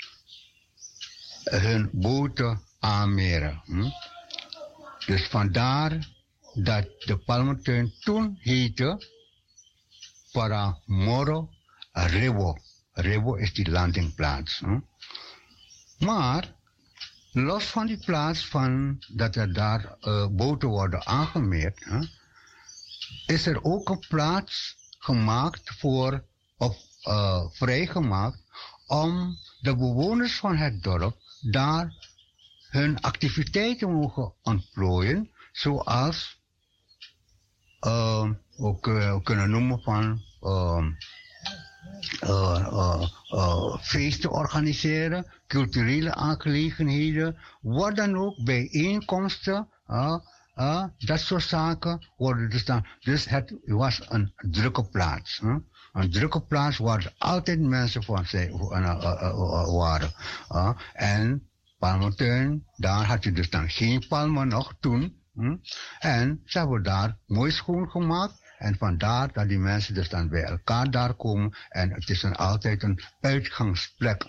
hun boten aanmeren. Uh. Dus vandaar dat de Palmertuin toen heette Paramoro Rebo. Rebo is die landingplaats. Uh. Maar los van die plaats van dat er daar uh, boten worden aangemeerd, hè, is er ook een plaats gemaakt voor, of uh, vrijgemaakt, om de bewoners van het dorp daar hun activiteiten mogen ontplooien, zoals uh, we, uh, we kunnen noemen van uh, Uh, uh, uh, feesten organiseren, culturele aangelegenheden, wat dan ook, bijeenkomsten, uh, uh, dat soort zaken worden dus dan. Dus het was een drukke plaats. Huh? Een drukke plaats waar er altijd mensen van zijn, uh, uh, uh, uh, waren. Uh, en Palmertuin, daar had je dus dan geen palmen nog toen. Huh? En ze hebben daar mooi schoongemaakt. En vandaar dat die mensen dus dan bij elkaar daar komen. En het is een, altijd een uitgangsplek,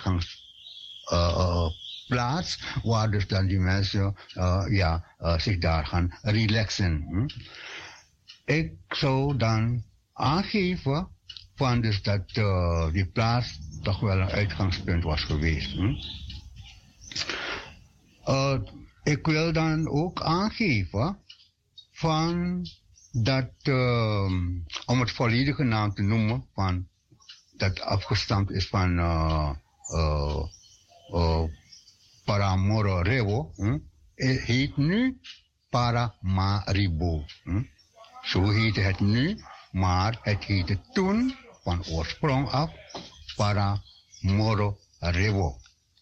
uitgangsplaats, uh, waar dus dan die mensen uh, ja, uh, zich daar gaan relaxen. Hm? Ik zou dan aangeven van dus dat uh, die plaats toch wel een uitgangspunt was geweest. Hm? Uh, ik wil dan ook aangeven van dat, uh, om het volledige naam te noemen, van, dat afgestamd is van uh, uh, uh, Paramoro Rebo, hm? heet nu Paramaribo. Hm? Zo heette het nu, maar het heette toen, van oorsprong af, Paramoro Rewo.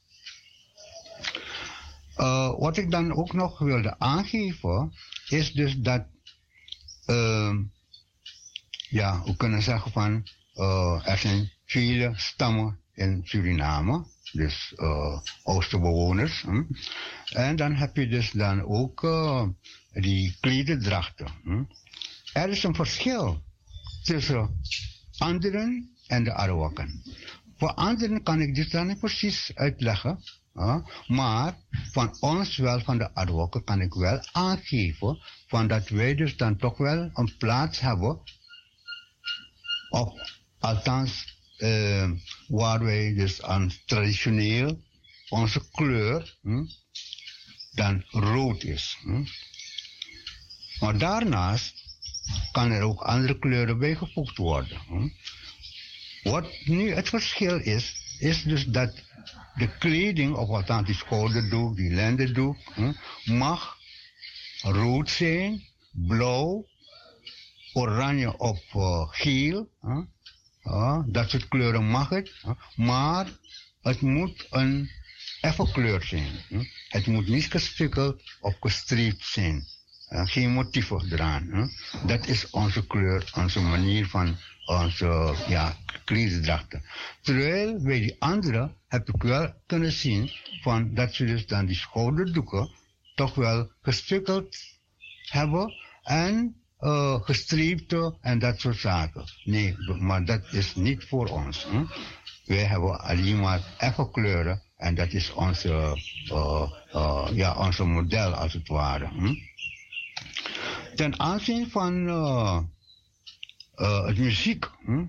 Uh, wat ik dan ook nog wilde aangeven, is dus dat, uh, ja, we kunnen zeggen van, uh, er zijn vele stammen in Suriname, dus uh, oosterbewoners. Hm? En dan heb je dus dan ook uh, die klederdrachten. Hm? Er is een verschil tussen anderen en de Arawakan. Voor anderen kan ik dit dan niet precies uitleggen. Uh, maar van ons wel, van de Arawakan, kan ik wel aangeven van dat wij dus dan toch wel een plaats hebben, of althans uh, waar wij dus aan traditioneel onze kleur hm, dan rood is. Hm. Maar daarnaast kan er ook andere kleuren bijgevoegd worden. Hm. Wat nu het verschil is, is dus dat de kleding, of althans die schouderdoek, die lendendoek, hm, mag rood zijn, blauw, oranje of uh, geel. Hm. Uh, dat soort kleuren mag het, hm. Maar het moet een effe kleur zijn. Hm. Het moet niet gespikkeld of gestreept zijn. Uh, geen motieven eraan. Hm. Dat is onze kleur, onze manier van onze ja, klederdrachten. Terwijl bij die andere heb ik wel kunnen zien van dat ze dus dan die schouderdoeken toch wel gespikkeld hebben en uh, gestreepte en dat soort zaken. Nee, maar dat is niet voor ons. Hm. Wij hebben alleen maar effe kleuren en dat is onze, uh, uh, ja, onze model als het ware. Hm. Ten aanzien van uh, uh, het muziek hm,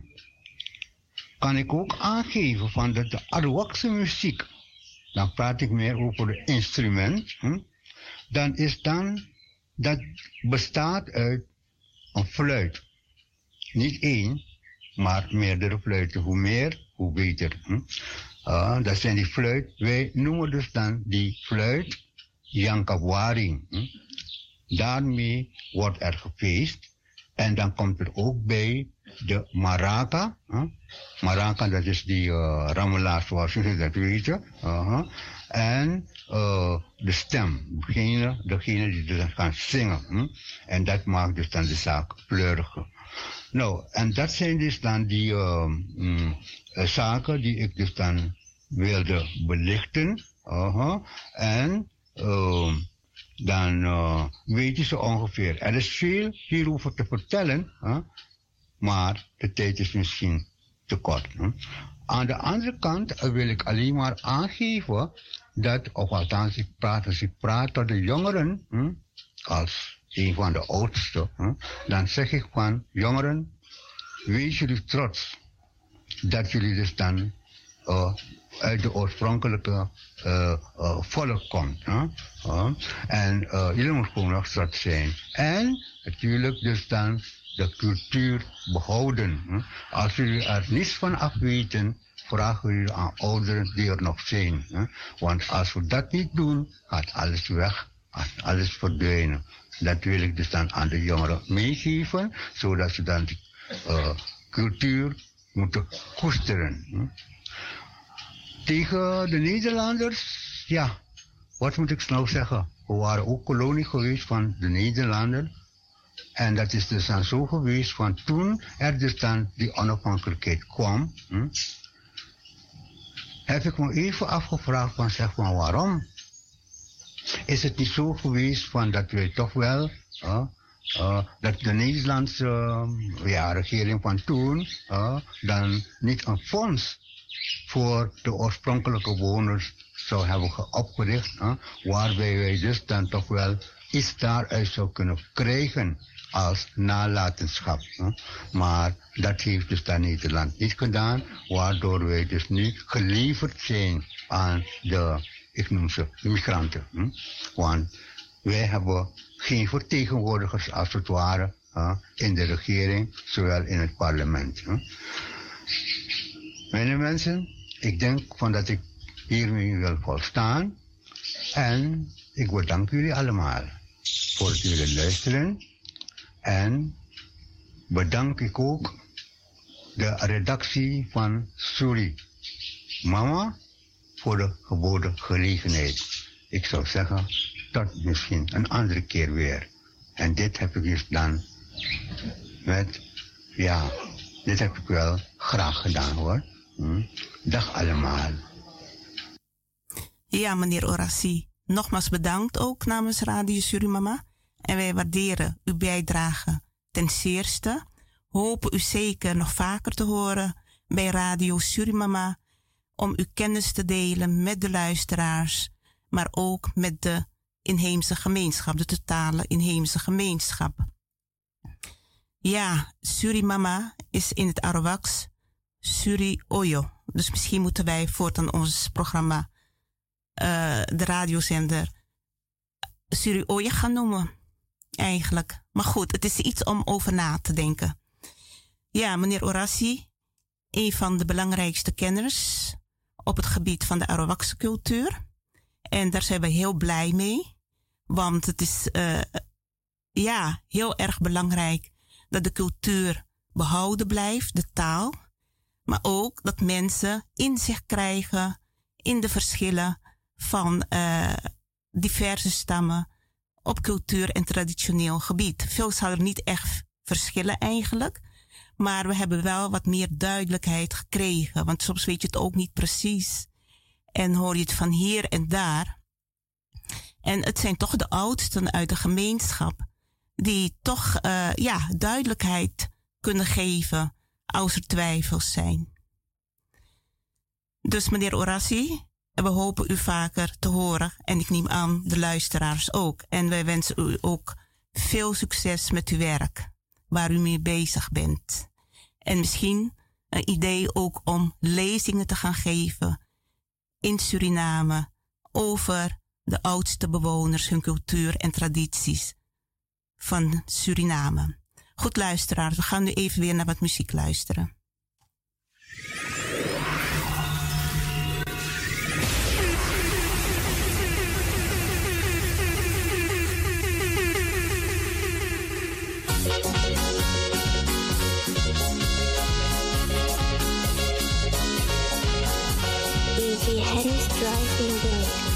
kan ik ook aangeven van dat de Arawakse muziek, dan praat ik meer over het instrument, hm, dan is dan, dat bestaat uit een fluit. Niet één, maar meerdere fluiten. Hoe meer, hoe beter. Hm. Uh, dat zijn die fluit, wij noemen dus dan die fluit Yankawari. Hm. Daarmee wordt er gefeest. En dan komt er ook bij de maraka. Huh? Maraka, dat is die uh, ramelaar zoals jullie dat weten. Uh-huh. En uh, de stem, degene, degene die dus gaan zingen. Hm? En dat maakt dus dan de zaak kleuriger. Nou, en dat zijn dus dan die uh, mm, uh, zaken die ik dus dan wilde belichten. Uh-huh. En uh, dan uh, weet je zo ongeveer. Er is veel hierover te vertellen, huh? Maar de tijd is misschien te kort. Huh? Aan de andere kant wil ik alleen maar aangeven dat, of althans ik praat, als ik praat tot de jongeren, huh? Als een van de oudsten, huh? Dan zeg ik van jongeren, wees jullie trots dat jullie dus dan uh, uit de oorspronkelijke uh, uh, volk komt. Huh? Uh, en uh, jullie moeten gewoon nog trots zijn. En natuurlijk dus dan de cultuur behouden. Huh? Als jullie er niets van af weten, vragen jullie aan ouderen die er nog zijn. Huh? Want als we dat niet doen, gaat alles weg, gaat alles verdwijnen. Dat wil ik dus dan aan de jongeren meegeven, zodat ze dan die uh, cultuur moeten koesteren. Huh? Tegen de Nederlanders, ja, wat moet ik nou zeggen? We waren ook kolonie geweest van de Nederlanders. En dat is dus dan zo geweest van toen er dus dan die onafhankelijkheid kwam. Hm, heb ik me even afgevraagd van zeg maar waarom? Is het niet zo geweest van dat wij toch wel, uh, uh, dat de Nederlandse uh, ja, regering van toen uh, dan niet een fonds voor de oorspronkelijke bewoners zou hebben opgericht, uh, waarbij wij dus dan toch wel iets daaruit zou kunnen krijgen als nalatenschap. Uh. Maar dat heeft dus dan Nederland niet gedaan, waardoor wij dus nu geleverd zijn aan de, ik noem ze, de migranten. Uh. Want wij hebben geen vertegenwoordigers als het ware uh, in de regering, zowel in het parlement. Uh. Mijn mensen, ik denk van dat ik hiermee wil volstaan. En ik bedank jullie allemaal voor het willen luisteren. En bedank ik ook de redactie van Suri Mama voor de geboden gelegenheid. Ik zou zeggen, tot misschien een andere keer weer. En dit heb ik dus dan met, ja, dit heb ik wel graag gedaan hoor. Hm? Dag allemaal. Ja, meneer Orassi. Nogmaals bedankt ook namens Radio Surimama. En wij waarderen uw bijdrage ten zeerste. Hopen u zeker nog vaker te horen bij Radio Surimama. Om uw kennis te delen met de luisteraars. Maar ook met de inheemse gemeenschap. De totale inheemse gemeenschap. Ja, Surimama is in het Arawaks Suri Oyo. Dus misschien moeten wij voortaan ons programma, uh, de radiozender, Suri Oyo gaan noemen. Eigenlijk. Maar goed, het is iets om over na te denken. Ja, meneer Orassi, een van de belangrijkste kenners op het gebied van de Arawakse cultuur. En daar zijn we heel blij mee. Want het is uh, ja, heel erg belangrijk dat de cultuur behouden blijft, de taal. Maar ook dat mensen inzicht krijgen in de verschillen van uh, diverse stammen op cultuur en traditioneel gebied. Veel zal er niet echt verschillen eigenlijk. Maar we hebben wel wat meer duidelijkheid gekregen. Want soms weet je het ook niet precies. En hoor je het van hier en daar. En het zijn toch de oudsten uit de gemeenschap die toch uh, ja, duidelijkheid kunnen geven als er twijfels zijn. Dus meneer Orassi, we hopen u vaker te horen. En ik neem aan de luisteraars ook. En wij wensen u ook veel succes met uw werk, waar u mee bezig bent. En misschien een idee ook om lezingen te gaan geven in Suriname over de oudste bewoners, hun cultuur en tradities van Suriname. Goed luisteraars, we gaan nu even weer naar wat muziek luisteren. Easy Henny's driving the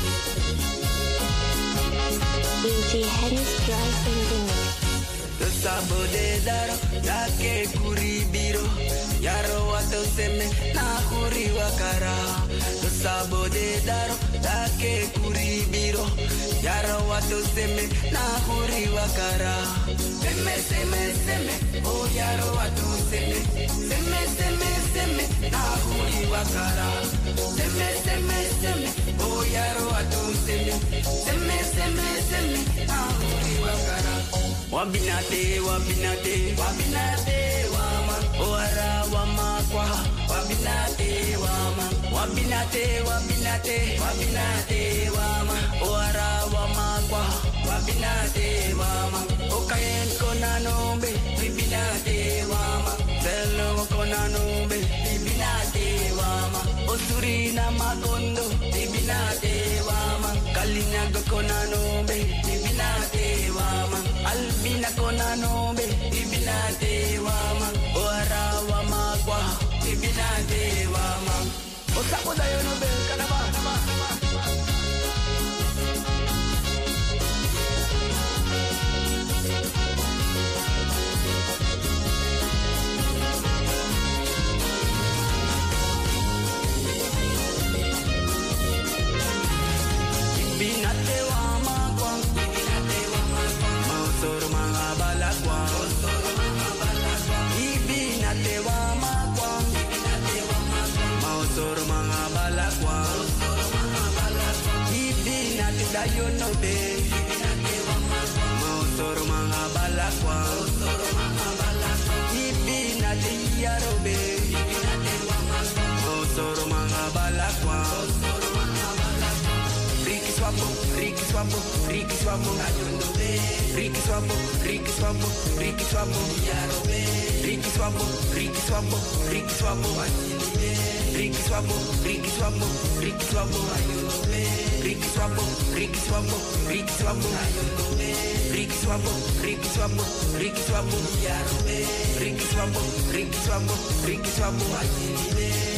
Easy Henny's driving the Lo sabo de daro, da ke kuri biro. Yaro wato seme na kuri wakara. Lo sabo de daro, da ke kuri biro. Yaro wato seme na kuri wakara. Seme seme seme, oh yaro wato seme. Seme seme seme, na kuri wakara. Seme seme seme, oh yaro wato seme. Seme seme seme, na kuri wakara. Wabinate, wabinate, wabinate, wama. Oara wama kwa, wabinate, wama. Wabinate, wabinate, wabinate, wama. Oara wama kwa, wabinate, wama. Okayen kona nombe, bibinate, wama. Selo kona nombe, bibinate, wama. Osuri na makondo, bibinate, wama. Kalinyago kona nombe, bibinate, wama. Albina kona nombe, bibinate wama. Oara wama kwa, bibinate wama. Osapo da yo nombe, kanaba, kanaba, bibinate wama kwa, bibinate wama kwa. Mausoro mga balakwa, mausoro mga balakwa. Ibinate wama kwa, ibinate wama kwa. Mausoro mga balakwa, mausoro mga balakwa. Ibinate dayo no be, ibinate wama kwa. Mausoro mga balakwa, mausoro mga balakwa. Ibinate yaro be, ibinate wama kwa. Mausoro mga balakwa, mausoro mga balakwa. Riki swambo, Riki swambo, Riki swambo, ayondo be. Riki swambo, Riki swambo, Riki swambo, yaro be. Riki swambo, Riki swambo, Riki swambo, ayini be. Riki swambo, Riki swambo, Riki swambo, ayondo be. Riki swambo, Riki swambo, Riki swambo, ayondo be. Riki swambo, Riki swambo, Riki swambo, yaro be. Riki swambo, Riki swambo, Riki swambo, ayini be.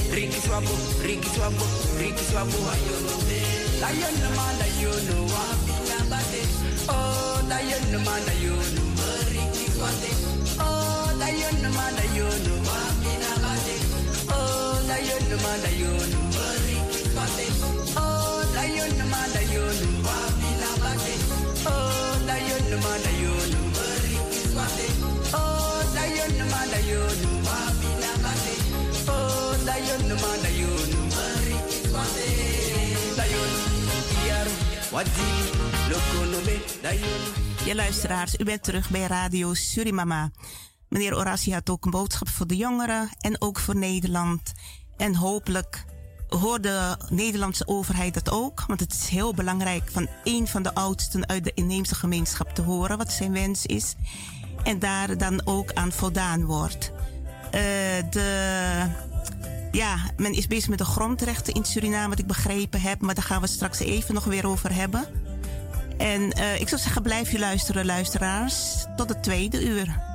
Riki swabo, Riki swabo, Riki swabo, ayono me. Lion man, ayono wa binabate. Oh, lion man, ayono Riki swate. Oh, lion man, ayono wa binabate. Oh, lion man, ayono Riki swate. Oh, lion man, ayono wa binabate. Oh, lion man, ayono Riki swate. Oh, lion man, ayono wa binabate. Oh, lion man, ayono Riki swate. Lion, iaro, wadi, lokonobe, lion. Ja, luisteraars, u bent terug bij Radio Surimama. Meneer Orasi had ook een boodschap voor de jongeren en ook voor Nederland. En hopelijk hoort de Nederlandse overheid dat ook. Want het is heel belangrijk van een van de oudsten uit de inheemse gemeenschap te horen wat zijn wens is. En daar dan ook aan voldaan wordt. Uh, de, ja, men is bezig met de grondrechten in Suriname, wat ik begrepen heb. Maar daar gaan we straks even nog weer over hebben. En uh, ik zou zeggen, blijf je luisteren, luisteraars. Tot het tweede uur.